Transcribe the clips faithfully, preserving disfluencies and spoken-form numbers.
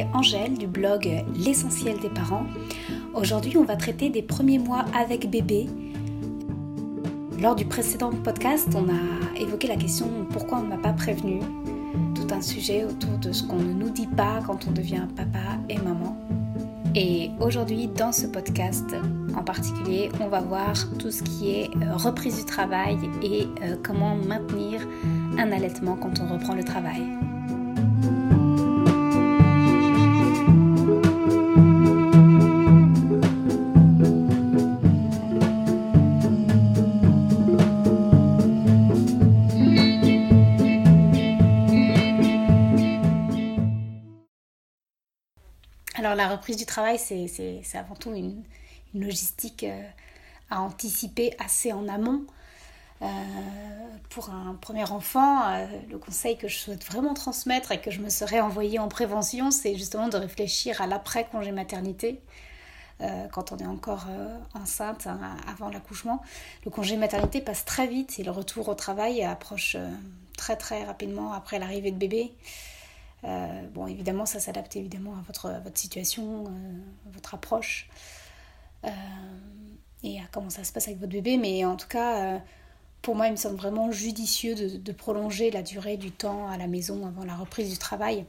Angèle du blog L'essentiel des parents. Aujourd'hui, on va traiter des premiers mois avec bébé. Lors du précédent podcast, on a évoqué la question « Pourquoi on ne m'a pas prévenu ?» Tout un sujet autour de ce qu'on ne nous dit pas quand on devient papa et maman. Et aujourd'hui, dans ce podcast en particulier, on va voir tout ce qui est reprise du travail et comment maintenir un allaitement quand on reprend le travail. Alors la reprise du travail, c'est, c'est, c'est avant tout une, une logistique euh, à anticiper assez en amont. Euh, pour un premier enfant, euh, le conseil que je souhaite vraiment transmettre et que je me serais envoyé en prévention, c'est justement de réfléchir à l'après-congé maternité. Euh, quand on est encore euh, enceinte, hein, avant l'accouchement. Le congé maternité passe très vite et le retour au travail approche euh, très très rapidement après l'arrivée de bébé. Euh, bon, évidemment, ça s'adapte évidemment à votre, à votre situation, euh, à votre approche euh, et à comment ça se passe avec votre bébé. Mais en tout cas, euh, pour moi, il me semble vraiment judicieux de, de prolonger la durée du temps à la maison avant la reprise du travail.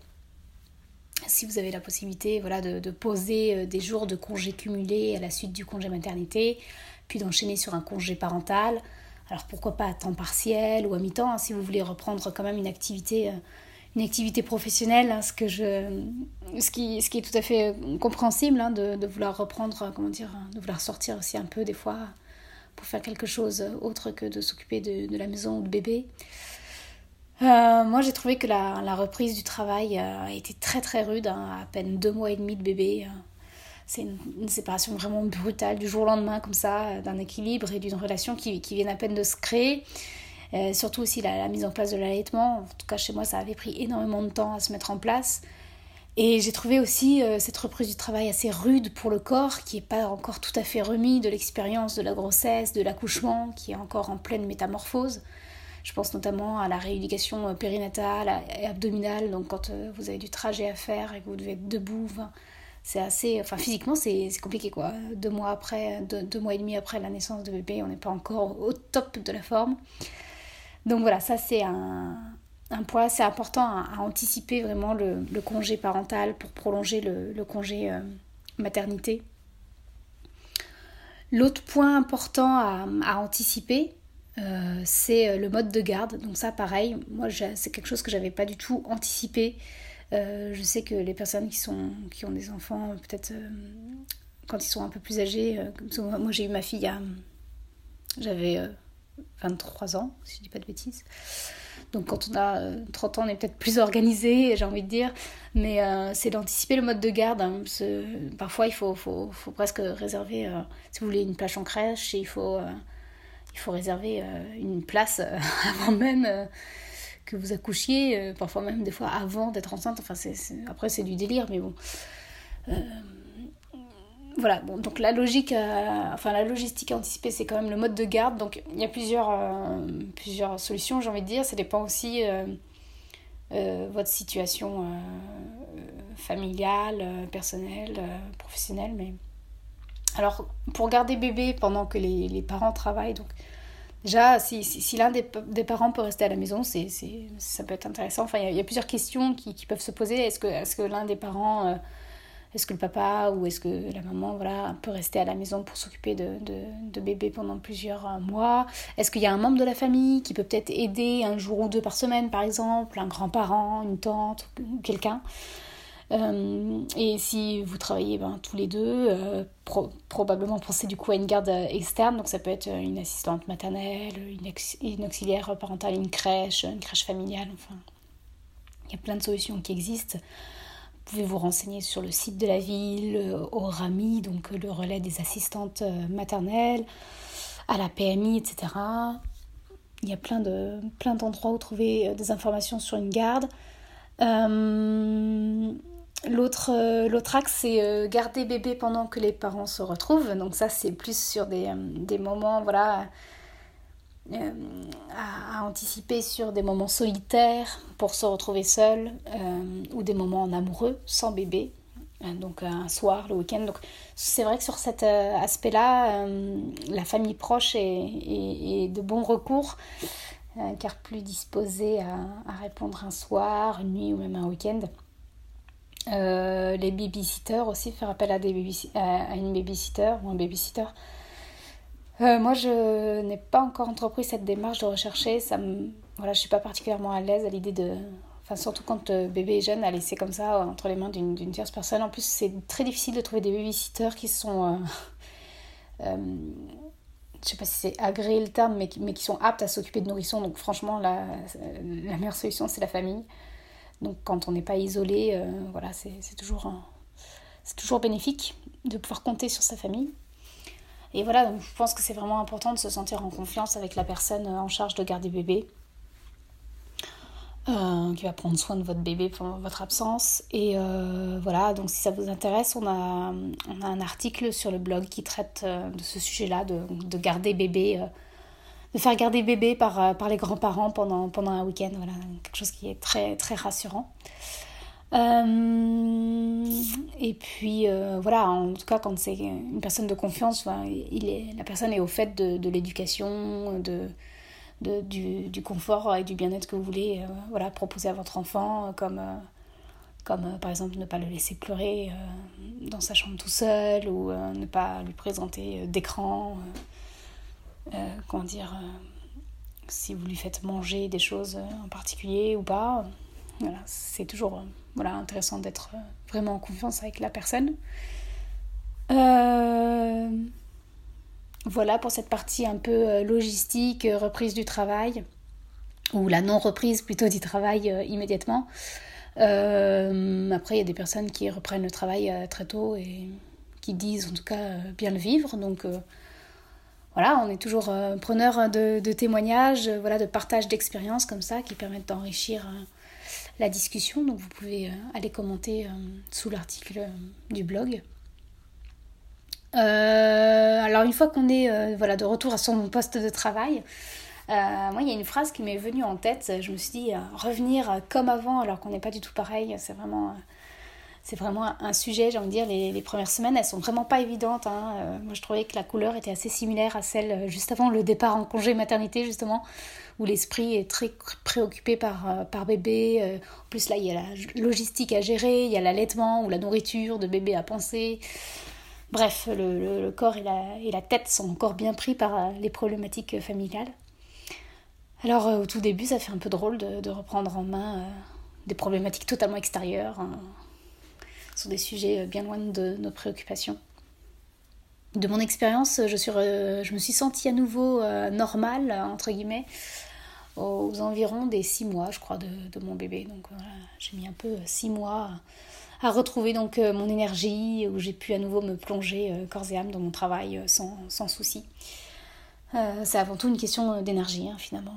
Si vous avez la possibilité voilà, de, de poser des jours de congé cumulés à la suite du congé maternité, puis d'enchaîner sur un congé parental. Alors pourquoi pas à temps partiel ou à mi-temps, hein, si vous voulez reprendre quand même une activité... Euh, une activité professionnelle, hein, ce, que je, ce, qui, ce qui est tout à fait compréhensible, hein, de, de vouloir reprendre, comment dire, de vouloir sortir aussi un peu des fois pour faire quelque chose autre que de s'occuper de, de la maison ou de bébé. Euh, moi, j'ai trouvé que la, la reprise du travail a été très très rude, hein, à peine deux mois et demi de bébé. C'est une, une séparation vraiment brutale, du jour au lendemain, comme ça, d'un équilibre et d'une relation qui, qui viennent à peine de se créer. Euh, surtout aussi la, la mise en place de l'allaitement. En tout cas, chez moi, ça avait pris énormément de temps à se mettre en place. Et j'ai trouvé aussi euh, cette reprise du travail assez rude pour le corps, qui n'est pas encore tout à fait remis de l'expérience de la grossesse, de l'accouchement, qui est encore en pleine métamorphose. Je pense notamment à la rééducation périnatale et abdominale. Donc quand euh, vous avez du trajet à faire et que vous devez être debout, enfin, c'est assez... Enfin, physiquement, c'est, c'est compliqué, quoi. Deux mois après, deux, deux mois et demi après la naissance de bébé, on n'est pas encore au top de la forme. Donc voilà, ça c'est un, un point assez important à, à anticiper vraiment le, le congé parental pour prolonger le, le congé euh, maternité. L'autre point important à, à anticiper, euh, c'est le mode de garde. Donc ça pareil, moi c'est quelque chose que j'avais pas du tout anticipé. Euh, je sais que les personnes qui, sont, qui ont des enfants, peut-être euh, quand ils sont un peu plus âgés, euh, moi j'ai eu ma fille à... J'avais... Euh, vingt-trois ans, si je dis pas de bêtises. Donc quand on a trente ans, on est peut-être plus organisé, j'ai envie de dire. Mais euh, c'est d'anticiper le mode de garde. Hein, parce que parfois, il faut, faut, faut presque réserver, euh, si vous voulez, une place en crèche, il faut, euh, il faut réserver euh, une place euh, avant même euh, que vous accouchiez, euh, parfois même des fois avant d'être enceinte. Enfin, c'est, c'est... Après, c'est du délire, mais bon... Euh... Voilà, bon, donc la logique, euh, enfin la logistique anticipée, c'est quand même le mode de garde. Donc il y a plusieurs, euh, plusieurs solutions, j'ai envie de dire. Ça dépend aussi euh, euh, votre situation euh, familiale, euh, personnelle, euh, professionnelle. Mais alors pour garder bébé pendant que les, les parents travaillent, donc déjà si, si, si l'un des, des parents peut rester à la maison, c'est, c'est, ça peut être intéressant. Enfin il y a, il y a plusieurs questions qui, qui peuvent se poser. Est-ce que, est-ce que l'un des parents euh, Est-ce que le papa ou est-ce que la maman voilà, peut rester à la maison pour s'occuper de, de, de bébé pendant plusieurs mois? Est-ce qu'il y a un membre de la famille qui peut peut-être aider un jour ou deux par semaine, par exemple, un grand-parent, une tante, ou quelqu'un? euh, Et si vous travaillez ben, tous les deux, euh, pro- probablement pensez du coup à une garde externe. Donc ça peut être une assistante maternelle, une, ex- une auxiliaire parentale, une crèche, une crèche familiale. Enfin, il y a plein de solutions qui existent. Vous pouvez vous renseigner sur le site de la ville, au RAMI, donc le relais des assistantes maternelles, à la P M I, et cetera. Il y a plein, de, plein d'endroits où trouver des informations sur une garde. Euh, l'autre, l'autre axe, c'est garder bébé pendant que les parents se retrouvent. Donc ça, c'est plus sur des, des moments, voilà... Euh, à, à anticiper sur des moments solitaires pour se retrouver seul, euh, ou des moments en amoureux, sans bébé, euh, donc un soir, le week-end. Donc c'est vrai que sur cet euh, aspect-là, euh, la famille proche est, est, est de bon recours, euh, car plus disposée à, à répondre un soir, une nuit ou même un week-end. Euh, les babysitters aussi, faire appel à, des baby, à, à une babysitter ou un babysitter. Euh, moi, je n'ai pas encore entrepris cette démarche de rechercher. Ça me, voilà, je suis pas particulièrement à l'aise à l'idée de, enfin surtout quand le bébé est jeune, à laisser comme ça entre les mains d'une, d'une tierce personne. En plus, c'est très difficile de trouver des babysitters qui sont, euh, euh, je sais pas si c'est agréé le terme, mais qui, mais qui sont aptes à s'occuper de nourrissons. Donc franchement, la, la meilleure solution, c'est la famille. Donc quand on n'est pas isolé, euh, voilà, c'est, c'est, toujours, euh, c'est toujours bénéfique de pouvoir compter sur sa famille. Et voilà, donc je pense que c'est vraiment important de se sentir en confiance avec la personne en charge de garder bébé, euh, qui va prendre soin de votre bébé pendant votre absence. Et euh, voilà, donc si ça vous intéresse, on a, on a un article sur le blog qui traite euh, de ce sujet-là, de, de garder bébé, euh, de faire garder bébé par, par les grands-parents pendant, pendant un week-end. Voilà, quelque chose qui est très, très rassurant. Euh, et puis euh, voilà, en tout cas quand c'est une personne de confiance, enfin, il est, la personne est au fait de, de l'éducation, de, de, du, du confort et du bien-être que vous voulez euh, voilà, proposer à votre enfant, comme, euh, comme euh, par exemple ne pas le laisser pleurer euh, dans sa chambre tout seul, ou euh, ne pas lui présenter euh, d'écran, euh, euh, comment dire, euh, si vous lui faites manger des choses en particulier ou pas. Voilà, c'est toujours voilà, intéressant d'être vraiment en confiance avec la personne. Euh, voilà pour cette partie un peu logistique, reprise du travail, ou la non-reprise plutôt du travail euh, immédiatement. Euh, après, il y a des personnes qui reprennent le travail euh, très tôt et qui disent en tout cas euh, bien le vivre. Donc euh, voilà, on est toujours euh, preneur de, de témoignages, euh, voilà, de partage d'expériences comme ça qui permettent d'enrichir euh, la discussion. Donc vous pouvez euh, aller commenter euh, sous l'article euh, du blog. Euh, alors une fois qu'on est euh, voilà, de retour à son poste de travail, euh, moi il y a une phrase qui m'est venue en tête. Je me suis dit euh, revenir comme avant alors qu'on n'est pas du tout pareil, c'est vraiment... Euh, C'est vraiment un sujet, j'ai envie de dire, les, les premières semaines, elles sont vraiment pas évidentes. Hein. Euh, moi, je trouvais que la couleur était assez similaire à celle juste avant le départ en congé maternité, justement, où l'esprit est très préoccupé par, euh, par bébé. Euh, en plus, là, il y a la logistique à gérer, il y a l'allaitement ou la nourriture de bébé à penser. Bref, le, le, le corps et la, et la tête sont encore bien pris par euh, les problématiques familiales. Alors, euh, au tout début, ça fait un peu drôle de, de reprendre en main euh, des problématiques totalement extérieures, hein, sur des sujets bien loin de nos préoccupations. De mon expérience, je, suis, je me suis sentie à nouveau euh, normale, entre guillemets, aux environs des six mois, je crois, de, de mon bébé. Donc voilà, j'ai mis un peu six mois à retrouver donc, euh, mon énergie, où j'ai pu à nouveau me plonger euh, corps et âme dans mon travail euh, sans, sans souci. Euh, c'est avant tout une question d'énergie, hein, finalement.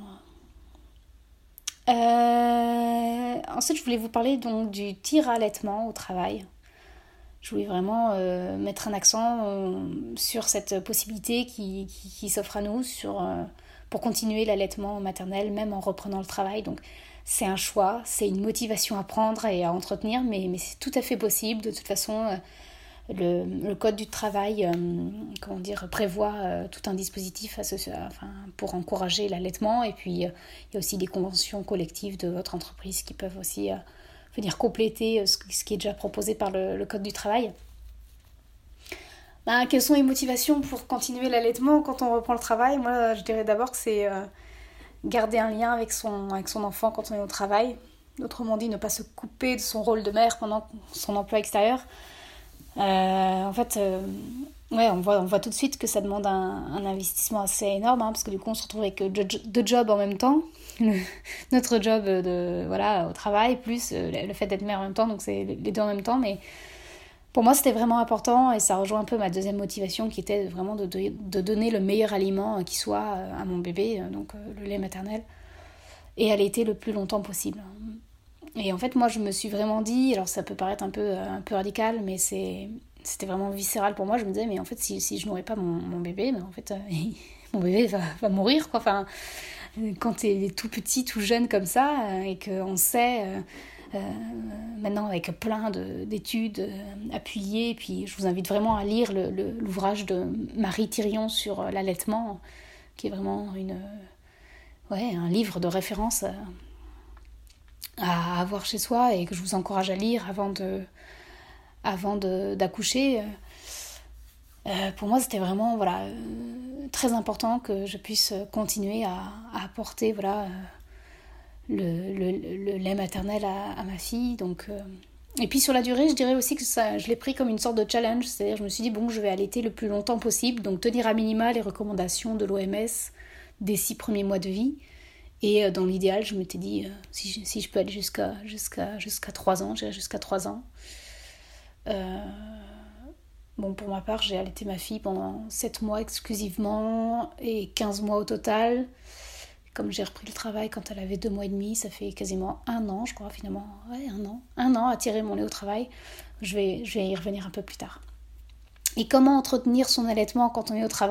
Euh, ensuite, je voulais vous parler donc du tir à allaitement au travail. Je voulais vraiment euh, mettre un accent euh, sur cette possibilité qui, qui, qui s'offre à nous sur, euh, pour continuer l'allaitement maternel, même en reprenant le travail. Donc, c'est un choix, c'est une motivation à prendre et à entretenir, mais, mais c'est tout à fait possible. De toute façon, euh, le, le code du travail euh, comment dire, prévoit euh, tout un dispositif à ce, enfin, pour encourager l'allaitement. Et puis, euh, il y a aussi des conventions collectives de votre entreprise qui peuvent aussi... Euh, venir compléter ce qui est déjà proposé par le, le Code du travail. Ben, quelles sont les motivations pour continuer l'allaitement quand on reprend le travail ? Moi, je dirais d'abord que c'est euh, garder un lien avec son, avec son enfant quand on est au travail. Autrement dit, ne pas se couper de son rôle de mère pendant son emploi extérieur. Euh, en fait, euh, ouais, on voit, on voit tout de suite que ça demande un, un investissement assez énorme, hein, parce que du coup, on se retrouve avec deux, deux jobs en même temps. Le, notre job de, voilà, au travail, plus le, le fait d'être mère en même temps, donc c'est les deux en même temps. Mais pour moi, c'était vraiment important et ça rejoint un peu ma deuxième motivation qui était vraiment de, de, de donner le meilleur aliment qui soit à mon bébé, donc le lait maternel, et allaiter le plus longtemps possible. Et en fait, moi, je me suis vraiment dit, alors ça peut paraître un peu, un peu radical, mais c'est, c'était vraiment viscéral pour moi. Je me disais, mais en fait, si, si je nourris pas mon, mon bébé, mais en fait, euh, mon bébé va, va mourir, quoi. Enfin, quand tu es tout petit, tout jeune comme ça, euh, et qu'on sait, euh, euh, maintenant avec plein de, d'études euh, appuyées, et puis je vous invite vraiment à lire le, le, l'ouvrage de Marie Thirion sur l'allaitement, qui est vraiment une, ouais, un livre de référence à, à avoir chez soi, et que je vous encourage à lire avant, de, avant de, d'accoucher. Euh, pour moi, c'était vraiment voilà, euh, très important que je puisse continuer à, à apporter voilà, euh, le, le, le lait maternel à, à ma fille. Donc, euh... Et puis sur la durée, je dirais aussi que ça, je l'ai pris comme une sorte de challenge. C'est-à-dire, je me suis dit, bon, je vais allaiter le plus longtemps possible, donc tenir à minima les recommandations de l'O M S des six premiers mois de vie. Et euh, dans l'idéal, je m'étais dit, euh, si, je, si je peux aller jusqu'à, jusqu'à, jusqu'à trois ans, j'irai jusqu'à trois ans. Euh... Bon, pour ma part, j'ai allaité ma fille pendant sept mois exclusivement et quinze mois au total. Comme j'ai repris le travail quand elle avait deux mois et demi, ça fait quasiment un an, je crois, finalement. Ouais, un an. Un an à tirer mon lait au travail. Je vais, je vais y revenir un peu plus tard. Et comment entretenir son allaitement quand on est au travail ?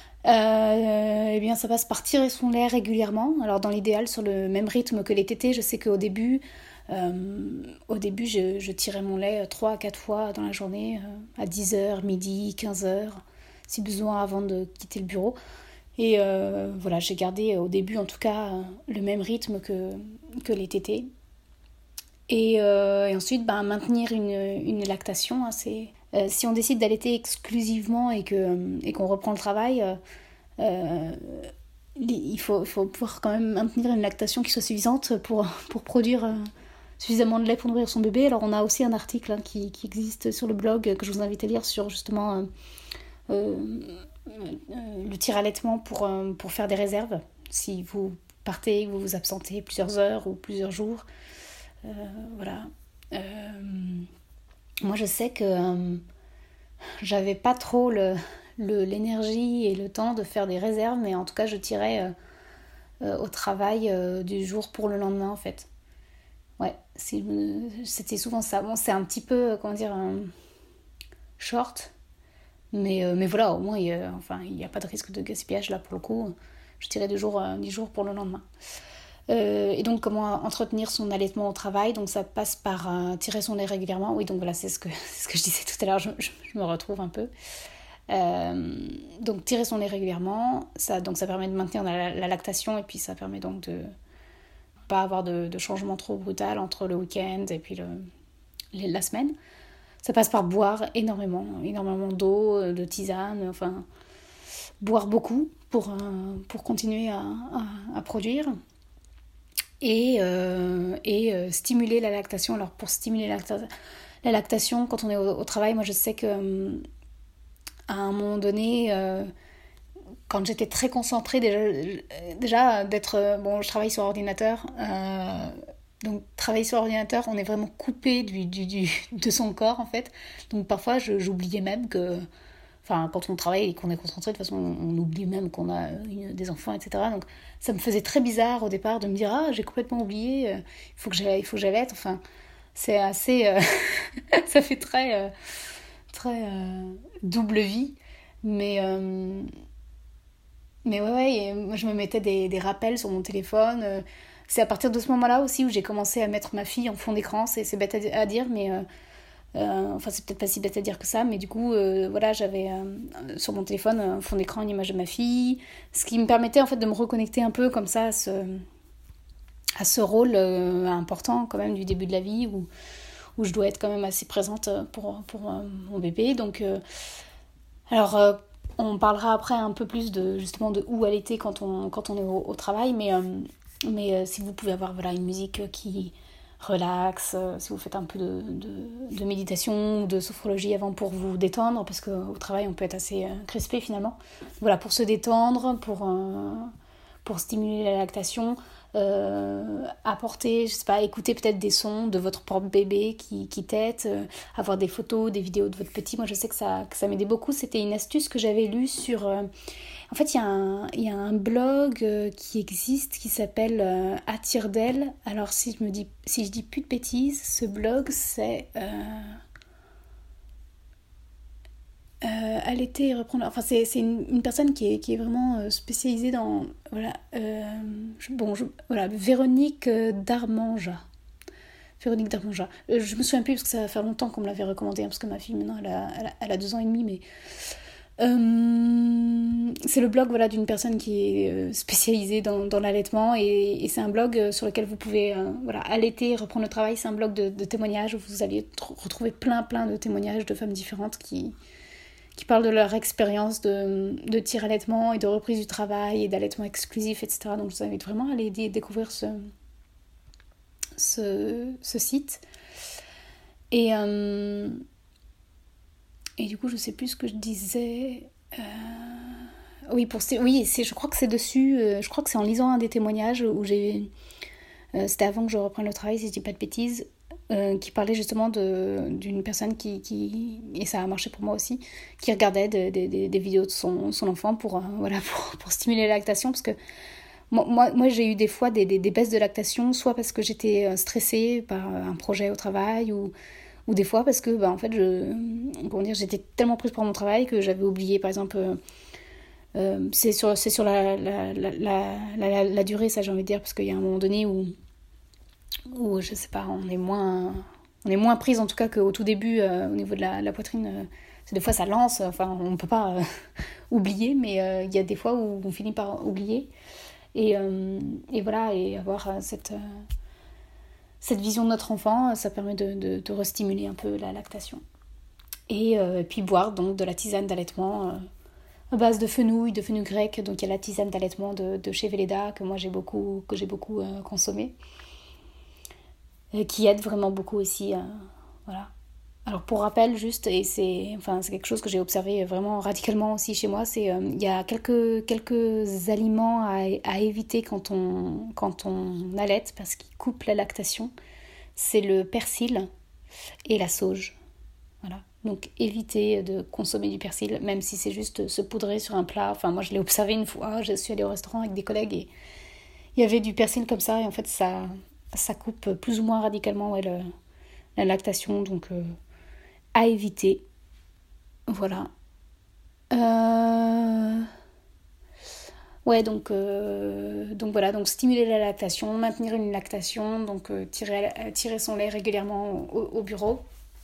euh, Eh bien, ça passe par tirer son lait régulièrement. Alors, dans l'idéal, sur le même rythme que les tétés, je sais qu'au début... Euh, au début, je, je tirais mon lait trois à quatre fois dans la journée, euh, à dix heures, midi, quinze heures, si besoin avant de quitter le bureau. Et euh, voilà, j'ai gardé au début en tout cas le même rythme que, que les tétés. Et, euh, et ensuite, ben, maintenir une, une lactation. Hein, c'est, euh, si on décide d'allaiter exclusivement et, que, et qu'on reprend le travail, euh, euh, il faut, il faut pouvoir quand même maintenir une lactation qui soit suffisante pour, pour produire... Euh, suffisamment de lait pour nourrir son bébé. Alors on a aussi un article hein, qui, qui existe sur le blog que je vous invite à lire sur justement euh, euh, euh, le tir-allaitement pour, euh, pour faire des réserves. Si vous partez, vous vous absentez plusieurs heures ou plusieurs jours. Euh, voilà. Euh, moi je sais que euh, j'avais pas trop le, le, l'énergie et le temps de faire des réserves, mais en tout cas je tirais euh, euh, au travail euh, du jour pour le lendemain en fait. Ouais, c'est, c'était souvent ça. Bon, c'est un petit peu, comment dire, un short. Mais, euh, mais voilà, au moins, il n'y a, enfin, il y a pas de risque de gaspillage là pour le coup. Je tirais deux jours, euh, dix jours pour le lendemain. Euh, et donc, comment entretenir son allaitement au travail ? Donc, ça passe par euh, tirer son lait régulièrement. Oui, donc voilà, c'est ce que, c'est ce que je disais tout à l'heure. Je, je, je me retrouve un peu. Euh, donc, tirer son lait régulièrement. Ça, donc, ça permet de maintenir la, la lactation. Et puis, ça permet donc de... pas avoir de, de changement trop brutal entre le week-end et puis le, les, la semaine. Ça passe par boire énormément, énormément d'eau, de tisane, enfin, boire beaucoup pour, euh, pour continuer à, à, à produire. Et, euh, et euh, stimuler la lactation. Alors pour stimuler la, la lactation, quand on est au, au travail, moi je sais que euh, à un moment donné... Euh, quand j'étais très concentrée, déjà, déjà d'être... Bon, je travaille sur ordinateur. Euh, donc, travailler sur ordinateur, on est vraiment coupé du, du, du, de son corps, en fait. Donc, parfois, je, j'oubliais même que... Enfin, quand on travaille et qu'on est concentré, de toute façon, on, on oublie même qu'on a une, des enfants, et cetera. Donc, ça me faisait très bizarre au départ de me dire « Ah, j'ai complètement oublié, il faut que j'aille, il faut que j'allaite. » Enfin, c'est assez... Euh, ça fait très... Euh, très euh, double vie. Mais... Euh, Mais ouais, ouais, et moi je me mettais des, des rappels sur mon téléphone. C'est à partir de ce moment-là aussi où j'ai commencé à mettre ma fille en fond d'écran. C'est, c'est bête à dire, mais... Euh, euh, enfin, c'est peut-être pas si bête à dire que ça, mais du coup, euh, voilà, j'avais euh, sur mon téléphone un fond d'écran, une image de ma fille. Ce qui me permettait en fait de me reconnecter un peu comme ça à ce, à ce rôle euh, important quand même du début de la vie où, où je dois être quand même assez présente pour, pour euh, mon bébé. Donc, euh, alors... Euh, on parlera après un peu plus de justement de où allaiter quand on, quand on est au, au travail, mais, euh, mais euh, si vous pouvez avoir voilà, une musique qui relaxe, euh, si vous faites un peu de, de, de méditation ou de sophrologie avant pour vous détendre, parce qu'au travail on peut être assez euh, crispé finalement. Voilà, pour se détendre, pour, euh, pour stimuler la lactation, euh, apporter, je sais pas, écouter peut-être des sons de votre propre bébé qui, qui tète, euh, avoir des photos, des vidéos de votre petit. Moi, je sais que ça, que ça m'aidait beaucoup. C'était une astuce que j'avais lue sur... Euh, en fait, il y a un, il y a un blog euh, qui existe qui s'appelle euh, Attire d'elle. Alors, si je me dis, si je dis plus de bêtises, ce blog, c'est... Euh, Euh, allaiter et reprendre... Enfin, c'est, c'est une, une personne qui est, qui est vraiment euh, spécialisée dans... Voilà. Euh, je, bon, je, voilà, Véronique Darmanja. Véronique Darmanja. Euh, je me souviens plus parce que ça va faire longtemps qu'on me l'avait recommandé, hein, parce que ma fille maintenant elle a, elle a, elle a deux ans et demi, mais euh, c'est le blog voilà, d'une personne qui est spécialisée dans, dans l'allaitement et, et c'est un blog sur lequel vous pouvez euh, voilà, allaiter, reprendre le travail. C'est un blog de, de témoignages où vous allez t- retrouver plein plein de témoignages de femmes différentes qui, qui parlent de leur expérience de, de tir-allaitement et de reprise du travail et d'allaitement exclusif, et cetera. Donc je vous invite vraiment à aller d- découvrir ce, ce, ce site. Et... Euh, Et du coup, je sais plus ce que je disais. Euh... Oui, pour oui, c'est, je crois que c'est dessus. Euh, je crois que c'est en lisant un des témoignages où j'ai. Euh, c'était avant que je reprenne le travail, si je dis pas de bêtises, euh, qui parlait justement de d'une personne qui, qui et ça a marché pour moi aussi, qui regardait de, de, de, des vidéos de son, son enfant pour euh, voilà pour, pour stimuler la lactation, parce que moi, moi, moi j'ai eu des fois des, des, des baisses de lactation, soit parce que j'étais stressée par un projet au travail ou Ou des fois parce que bah, en fait, je, comment dire, j'étais tellement prise par mon travail que j'avais oublié, par exemple, euh, euh, c'est sur, c'est sur la, la, la, la, la, la durée, ça j'ai envie de dire, parce qu'il y a un moment donné où, où je sais pas, on est moins, on est moins prise en tout cas qu'au tout début euh, au niveau de la, la poitrine. Euh, c'est des fois ça lance, enfin on ne peut pas euh, oublier, mais euh, il y a des fois où on finit par oublier. Et, euh, et voilà, et avoir cette... Euh, Cette vision de notre enfant, ça permet de, de, de restimuler un peu la lactation. Et euh, puis boire donc de la tisane d'allaitement euh, à base de fenouil, de fenouil grec. Donc il y a la tisane d'allaitement de, de chez Velleda que moi j'ai beaucoup, que j'ai beaucoup euh, consommé. Et qui aide vraiment beaucoup aussi. Euh, voilà. Alors pour rappel juste, et c'est, enfin, c'est quelque chose que j'ai observé vraiment radicalement aussi chez moi, c'est euh, il y a quelques, quelques aliments à, à éviter quand on, quand on allaite parce qu'ils coupent la lactation. C'est le persil et la sauge. Voilà. Donc évitez de consommer du persil, même si c'est juste se poudrer sur un plat. Enfin moi je l'ai observé une fois, je suis allée au restaurant avec des collègues et il y avait du persil comme ça et en fait ça, ça coupe plus ou moins radicalement ouais, le, la lactation. Donc... Euh, à éviter. Voilà. Euh... Ouais, donc, euh... donc voilà, donc stimuler la lactation, maintenir une lactation, donc euh, tirer, tirer son lait régulièrement au, au bureau.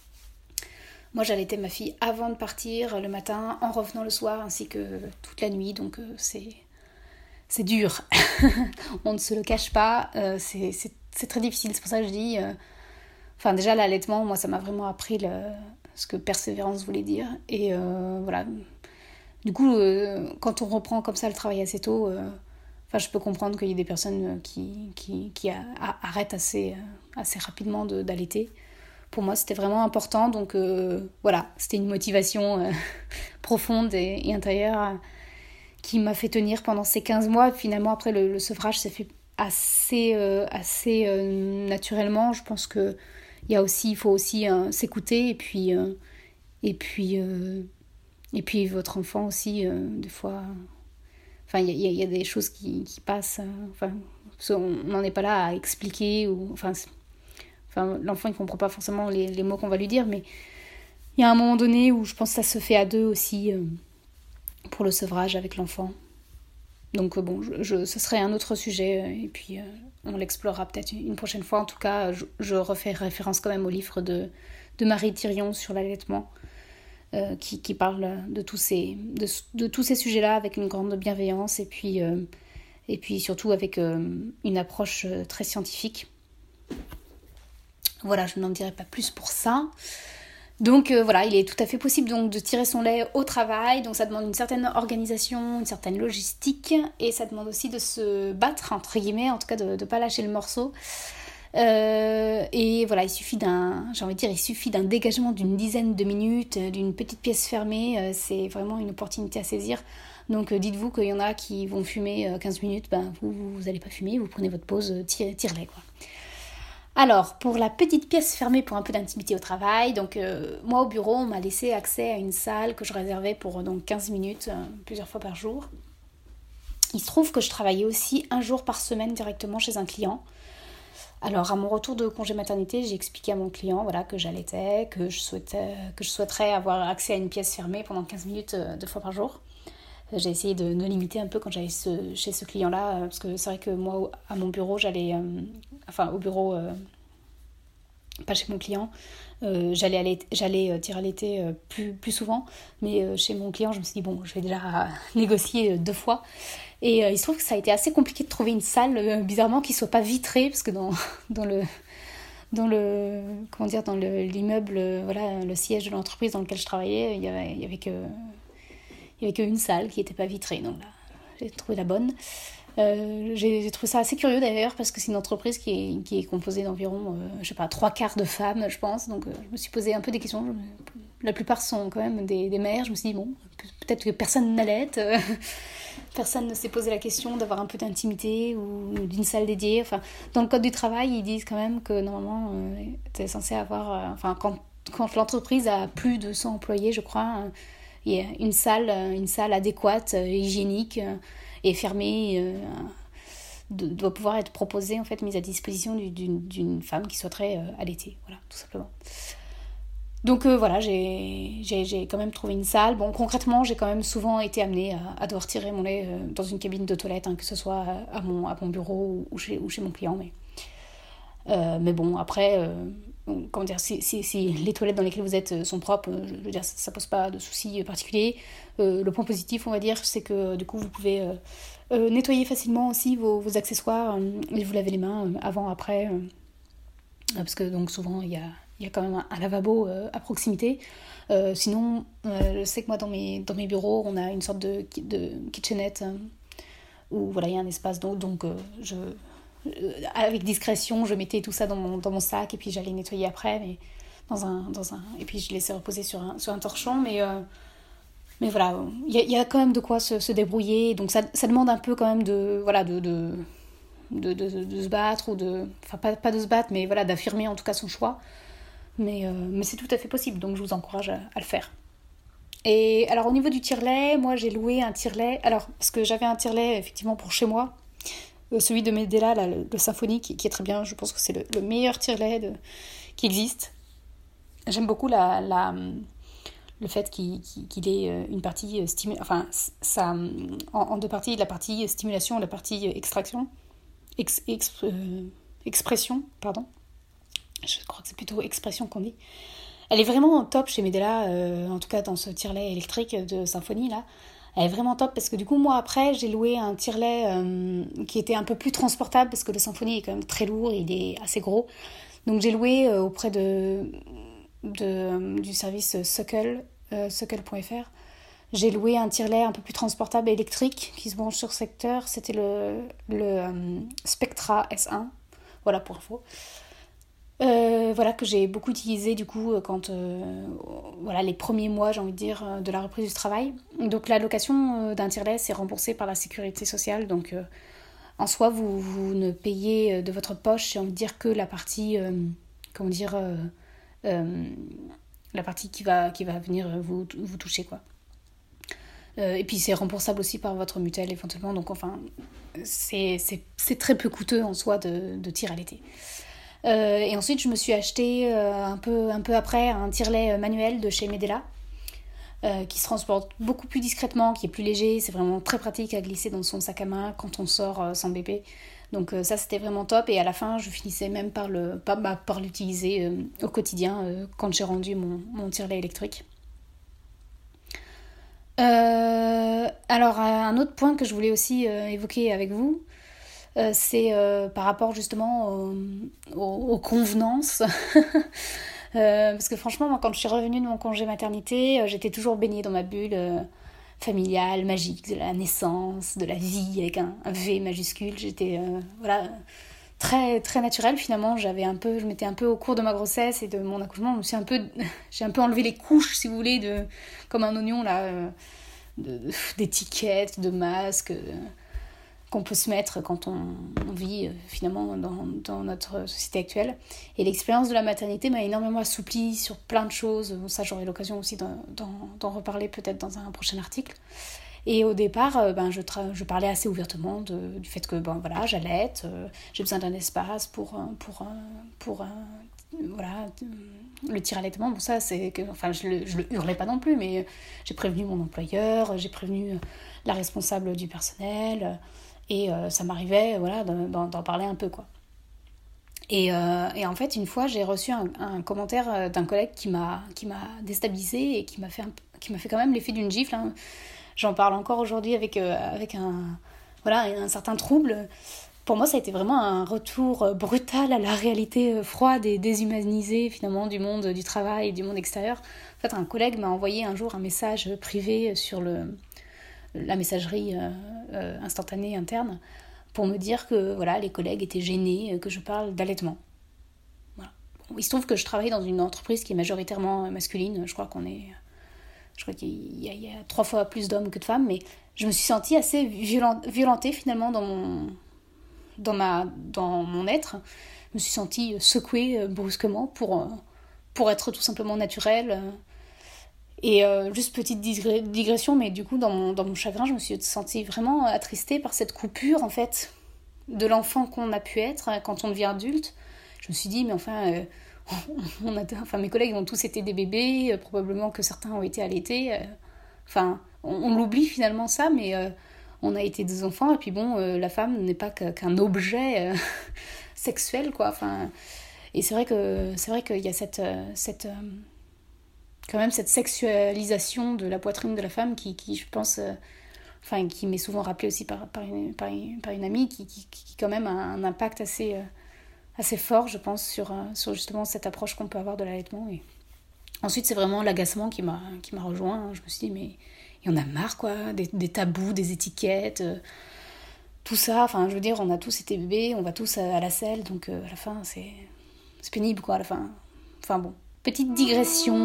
Moi, j'allaitais ma fille avant de partir le matin, en revenant le soir, ainsi que toute la nuit, donc euh, c'est, c'est dur. On ne se le cache pas, euh, c'est, c'est, c'est très difficile, c'est pour ça que je dis... Euh... Enfin, déjà, l'allaitement, moi, ça m'a vraiment appris le... ce que persévérance voulait dire. Et euh, voilà. Du coup, euh, quand on reprend comme ça le travail assez tôt, euh, enfin, je peux comprendre qu'il y ait des personnes qui, qui, qui a, a, arrêtent assez, assez rapidement de, d'allaiter. Pour moi, c'était vraiment important. Donc, euh, voilà, c'était une motivation euh, profonde et, et intérieure euh, qui m'a fait tenir pendant ces quinze mois. Finalement, après, le, le sevrage s'est fait assez, euh, assez euh, naturellement. Je pense que il y a aussi, il faut aussi euh, s'écouter et puis, euh, et, puis, euh, et puis votre enfant aussi, euh, des fois... Enfin, il y, y a des choses qui, qui passent. Euh, enfin, on n'en est pas là à expliquer. Ou, enfin, enfin, l'enfant, il ne comprend pas forcément les, les mots qu'on va lui dire, mais il y a un moment donné où je pense que ça se fait à deux aussi euh, pour le sevrage avec l'enfant. Donc bon, je, je, ce serait un autre sujet et puis euh, on l'explorera peut-être une prochaine fois. En tout cas, je, je refais référence quand même au livre de, de Marie Thirion sur l'allaitement euh, qui, qui parle de tous ces, de, de tous ces sujets-là avec une grande bienveillance et puis, euh, et puis surtout avec euh, une approche très scientifique. Voilà, je n'en dirai pas plus pour ça. Donc euh, voilà, il est tout à fait possible donc, de tirer son lait au travail, donc ça demande une certaine organisation, une certaine logistique, et ça demande aussi de se battre, entre guillemets, en tout cas de ne pas lâcher le morceau. Euh, et voilà, il suffit d'un, j'ai envie de dire, il suffit d'un dégagement d'une dizaine de minutes, d'une petite pièce fermée, euh, c'est vraiment une opportunité à saisir. Donc euh, dites-vous qu'il y en a qui vont fumer euh, quinze minutes, ben, vous, vous allez pas fumer, vous prenez votre pause, euh, tire, tire-lait quoi. Alors, pour la petite pièce fermée pour un peu d'intimité au travail, donc euh, moi au bureau, on m'a laissé accès à une salle que je réservais pour donc quinze minutes, euh, plusieurs fois par jour. Il se trouve que je travaillais aussi un jour par semaine directement chez un client. Alors, à mon retour de congé maternité, j'ai expliqué à mon client voilà, que j'allaitais, que je, souhaitais, que je souhaiterais avoir accès à une pièce fermée pendant quinze minutes euh, deux fois par jour. J'ai essayé de, de limiter un peu quand j'allais ce, chez ce client-là, parce que c'est vrai que moi, à mon bureau, j'allais... Euh, enfin, au bureau, euh, pas chez mon client, euh, j'allais, aller, j'allais tirer à l'été euh, plus, plus souvent, mais euh, chez mon client, je me suis dit, bon, je vais déjà négocier deux fois. Et euh, il se trouve que ça a été assez compliqué de trouver une salle, euh, bizarrement, qui ne soit pas vitrée, parce que dans, dans le... Dans le comment dire dans le, l'immeuble, voilà, le siège de l'entreprise dans lequel je travaillais, il y avait, il y avait que il y avait qu'une salle qui n'était pas vitrée, donc là j'ai trouvé la bonne. Euh, j'ai, j'ai trouvé ça assez curieux d'ailleurs parce que c'est une entreprise qui est, qui est composée d'environ euh, je sais pas trois quarts de femmes, je pense, donc euh, je me suis posé un peu des questions. La plupart sont quand même des, des mères. Je me suis dit bon, peut-être que personne n'allait euh, personne ne s'est posé la question d'avoir un peu d'intimité ou d'une salle dédiée. Enfin, dans le code du travail, ils disent quand même que normalement, euh, tu es censé avoir... Euh, enfin, quand, quand l'entreprise a plus de cent employés, je crois, euh, il y a une salle, une salle adéquate, euh, hygiénique euh, et fermée euh, de, doit pouvoir être proposée, en fait, mise à disposition d'une, d'une femme qui souhaiterait euh, allaiter. Voilà, tout simplement. Donc euh, voilà, j'ai, j'ai, j'ai quand même trouvé une salle. Bon, concrètement, j'ai quand même souvent été amenée à, à devoir tirer mon lait euh, dans une cabine de toilette, hein, que ce soit à mon, à mon bureau ou chez, ou chez mon client. Mais, euh, mais bon, après, euh, comment dire, si, si, si les toilettes dans lesquelles vous êtes sont propres, je veux dire, ça ne pose pas de soucis particuliers. Euh, le point positif, on va dire, c'est que du coup, vous pouvez euh, euh, nettoyer facilement aussi vos, vos accessoires euh, et vous laver les mains euh, avant, après. Euh, parce que donc souvent, il y a... Il y a quand même un, un lavabo euh, à proximité. Euh, sinon, euh, je sais que moi, dans mes, dans mes bureaux, on a une sorte de, de kitchenette euh, où voilà, il y a un espace. Donc, donc euh, je, euh, avec discrétion, je mettais tout ça dans mon, dans mon sac et puis j'allais nettoyer après. Mais dans un, dans un, et puis je laissais reposer sur un, sur un torchon. Mais, euh, mais voilà, il y a, y a quand même de quoi se, se débrouiller. Donc ça, ça demande un peu quand même de... Voilà, de, de de, de, de, de se battre ou de... Enfin, pas, pas de se battre, mais voilà, d'affirmer en tout cas son choix. Mais, euh, mais c'est tout à fait possible, donc je vous encourage à, à le faire. Et alors au niveau du tire-lait, moi j'ai loué un tire-lait, alors parce que j'avais un tire-lait effectivement pour chez moi, euh, celui de Medela, là, le, le Symphony, qui, qui est très bien, je pense que c'est le, le meilleur tire-lait de, qui existe. J'aime beaucoup la, la, le fait qu'il, qu'il ait une partie stimulation, enfin ça, en, en deux parties, la partie stimulation et la partie extraction, ex, ex, euh, expression, pardon. Je crois que c'est plutôt expression qu'on dit. Elle est vraiment top chez Medela, euh, en tout cas dans ce tire-lait électrique de Symphony là. Elle est vraiment top parce que du coup moi après j'ai loué un tire-lait euh, qui était un peu plus transportable parce que le Symphony est quand même très lourd, il est assez gros. Donc j'ai loué euh, auprès de, de, du service Suckle, euh, suckle point f r. J'ai loué un tire-lait un peu plus transportable électrique qui se branche sur secteur. C'était le, le euh, Spectra S un. Voilà pour info. Euh, voilà, que j'ai beaucoup utilisé du coup quand euh, voilà, les premiers mois, j'ai envie de dire, de la reprise du travail. Donc la location d'un tire-lait, c'est remboursé par la sécurité sociale. Donc euh, en soi, vous, vous ne payez de votre poche, j'ai envie de dire, que la partie, euh, comment dire, euh, euh, la partie qui va, qui va venir vous, vous toucher, quoi. Euh, et puis c'est remboursable aussi par votre mutuelle éventuellement. Donc enfin, c'est, c'est, c'est très peu coûteux en soi de, de tir à l'été. Euh, et ensuite, je me suis acheté euh, un, peu, un peu après un tire-lait manuel de chez Medela euh, qui se transporte beaucoup plus discrètement, qui est plus léger. C'est vraiment très pratique à glisser dans son sac à main quand on sort euh, sans bébé. Donc euh, ça, c'était vraiment top. Et à la fin, je finissais même par, le, par, bah, par l'utiliser euh, au quotidien euh, quand j'ai rendu mon, mon tire-lait électrique. Euh, alors, un autre point que je voulais aussi euh, évoquer avec vous, Euh, c'est euh, par rapport justement aux, aux, aux convenances. euh, parce que franchement, moi, quand je suis revenue de mon congé maternité, euh, j'étais toujours baignée dans ma bulle euh, familiale, magique, de la naissance, de la vie, avec un, un V majuscule. J'étais euh, voilà, très, très naturelle finalement. J'avais un peu, je m'étais un peu au cours de ma grossesse et de mon accouchement, je me suis un peu, j'ai un peu enlevé les couches, si vous voulez, de, comme un oignon là, euh, de, de, d'étiquettes, de masques. Euh, qu'on peut se mettre quand on, on vit euh, finalement dans, dans notre société actuelle. Et l'expérience de la maternité m'a énormément assouplie sur plein de choses. Ça, j'aurai l'occasion aussi d'en, d'en, d'en reparler peut-être dans un prochain article. Et au départ, euh, ben, je, tra- je parlais assez ouvertement de, du fait que ben, voilà, j'allaite, euh, j'ai besoin d'un espace pour, pour, pour, pour euh, voilà, le tir-allaitement, bon ça c'est que, enfin je le, je le hurlais pas non plus, mais j'ai prévenu mon employeur, j'ai prévenu la responsable du personnel, et euh, ça m'arrivait, voilà, d'en, d'en parler un peu, quoi. Et, euh, et en fait, une fois, j'ai reçu un, un commentaire d'un collègue qui m'a, qui m'a déstabilisée et qui m'a fait, un, qui m'a fait quand même l'effet d'une gifle, hein. J'en parle encore aujourd'hui avec, euh, avec un, voilà, un certain trouble. Pour moi, ça a été vraiment un retour brutal à la réalité froide et déshumanisée, finalement, du monde du travail et du monde extérieur. En fait, un collègue m'a envoyé un jour un message privé sur le, la messagerie euh, euh, instantanée interne pour me dire que voilà, les collègues étaient gênés que je parle d'allaitement. Voilà. Bon, il se trouve que je travaille dans une entreprise qui est majoritairement masculine. Je crois qu'on est... Je crois qu'il y a, il y a trois fois plus d'hommes que de femmes, mais je me suis sentie assez violent, violentée finalement dans mon, dans, ma, dans mon être. Je me suis sentie secouée brusquement pour, pour être tout simplement naturelle. Et euh, juste petite digression, mais du coup dans mon, dans mon chagrin, je me suis sentie vraiment attristée par cette coupure en fait de l'enfant qu'on a pu être quand on devient adulte. Je me suis dit, mais enfin... Euh, On a, enfin, mes collègues ont tous été des bébés, euh, probablement que certains ont été allaités. Euh, enfin, on, on l'oublie finalement ça, mais euh, on a été des enfants, et puis bon, euh, la femme n'est pas qu'un objet euh, sexuel, quoi. Enfin, et c'est vrai que c'est vrai qu'il y a cette, cette, euh, quand même cette sexualisation de la poitrine de la femme qui, qui je pense, euh, enfin, qui m'est souvent rappelée aussi par, par, une, par, une, par une amie, qui, qui, qui quand même a un impact assez... Euh, assez fort, je pense, sur, sur justement cette approche qu'on peut avoir de l'allaitement. Et ensuite, c'est vraiment l'agacement qui m'a, qui m'a rejoint. Je me suis dit, mais il y en a marre, quoi, des, des tabous, des étiquettes, euh, tout ça. Enfin, je veux dire, on a tous été bébés, on va tous à, à la selle, donc euh, à la fin, c'est, c'est pénible, quoi, à la fin. Enfin bon, petite digression.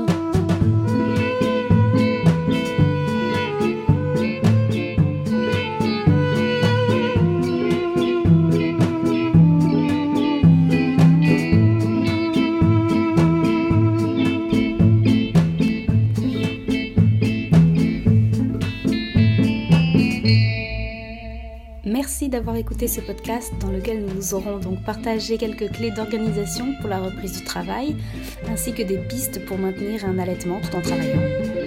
Merci d'avoir écouté ce podcast dans lequel nous aurons donc partagé quelques clés d'organisation pour la reprise du travail, ainsi que des pistes pour maintenir un allaitement tout en travaillant.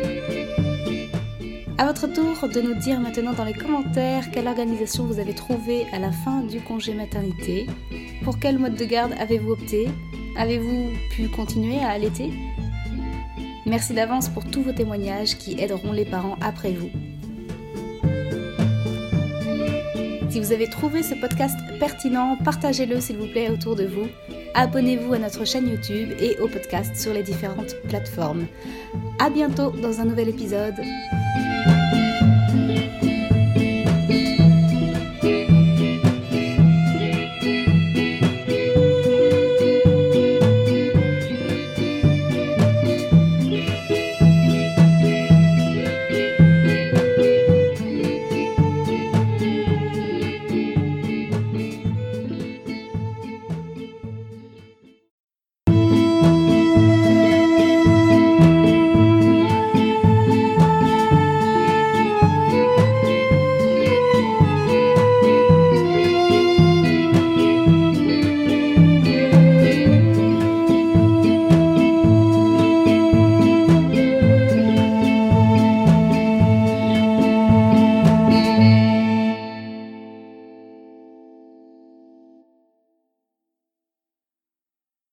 À votre tour de nous dire maintenant dans les commentaires quelle organisation vous avez trouvée à la fin du congé maternité. Pour quel mode de garde avez-vous opté ? Avez-vous pu continuer à allaiter ? Merci d'avance pour tous vos témoignages qui aideront les parents après vous. Si vous avez trouvé ce podcast pertinent, partagez-le s'il vous plaît autour de vous. Abonnez-vous à notre chaîne YouTube et au podcast sur les différentes plateformes. À bientôt dans un nouvel épisode.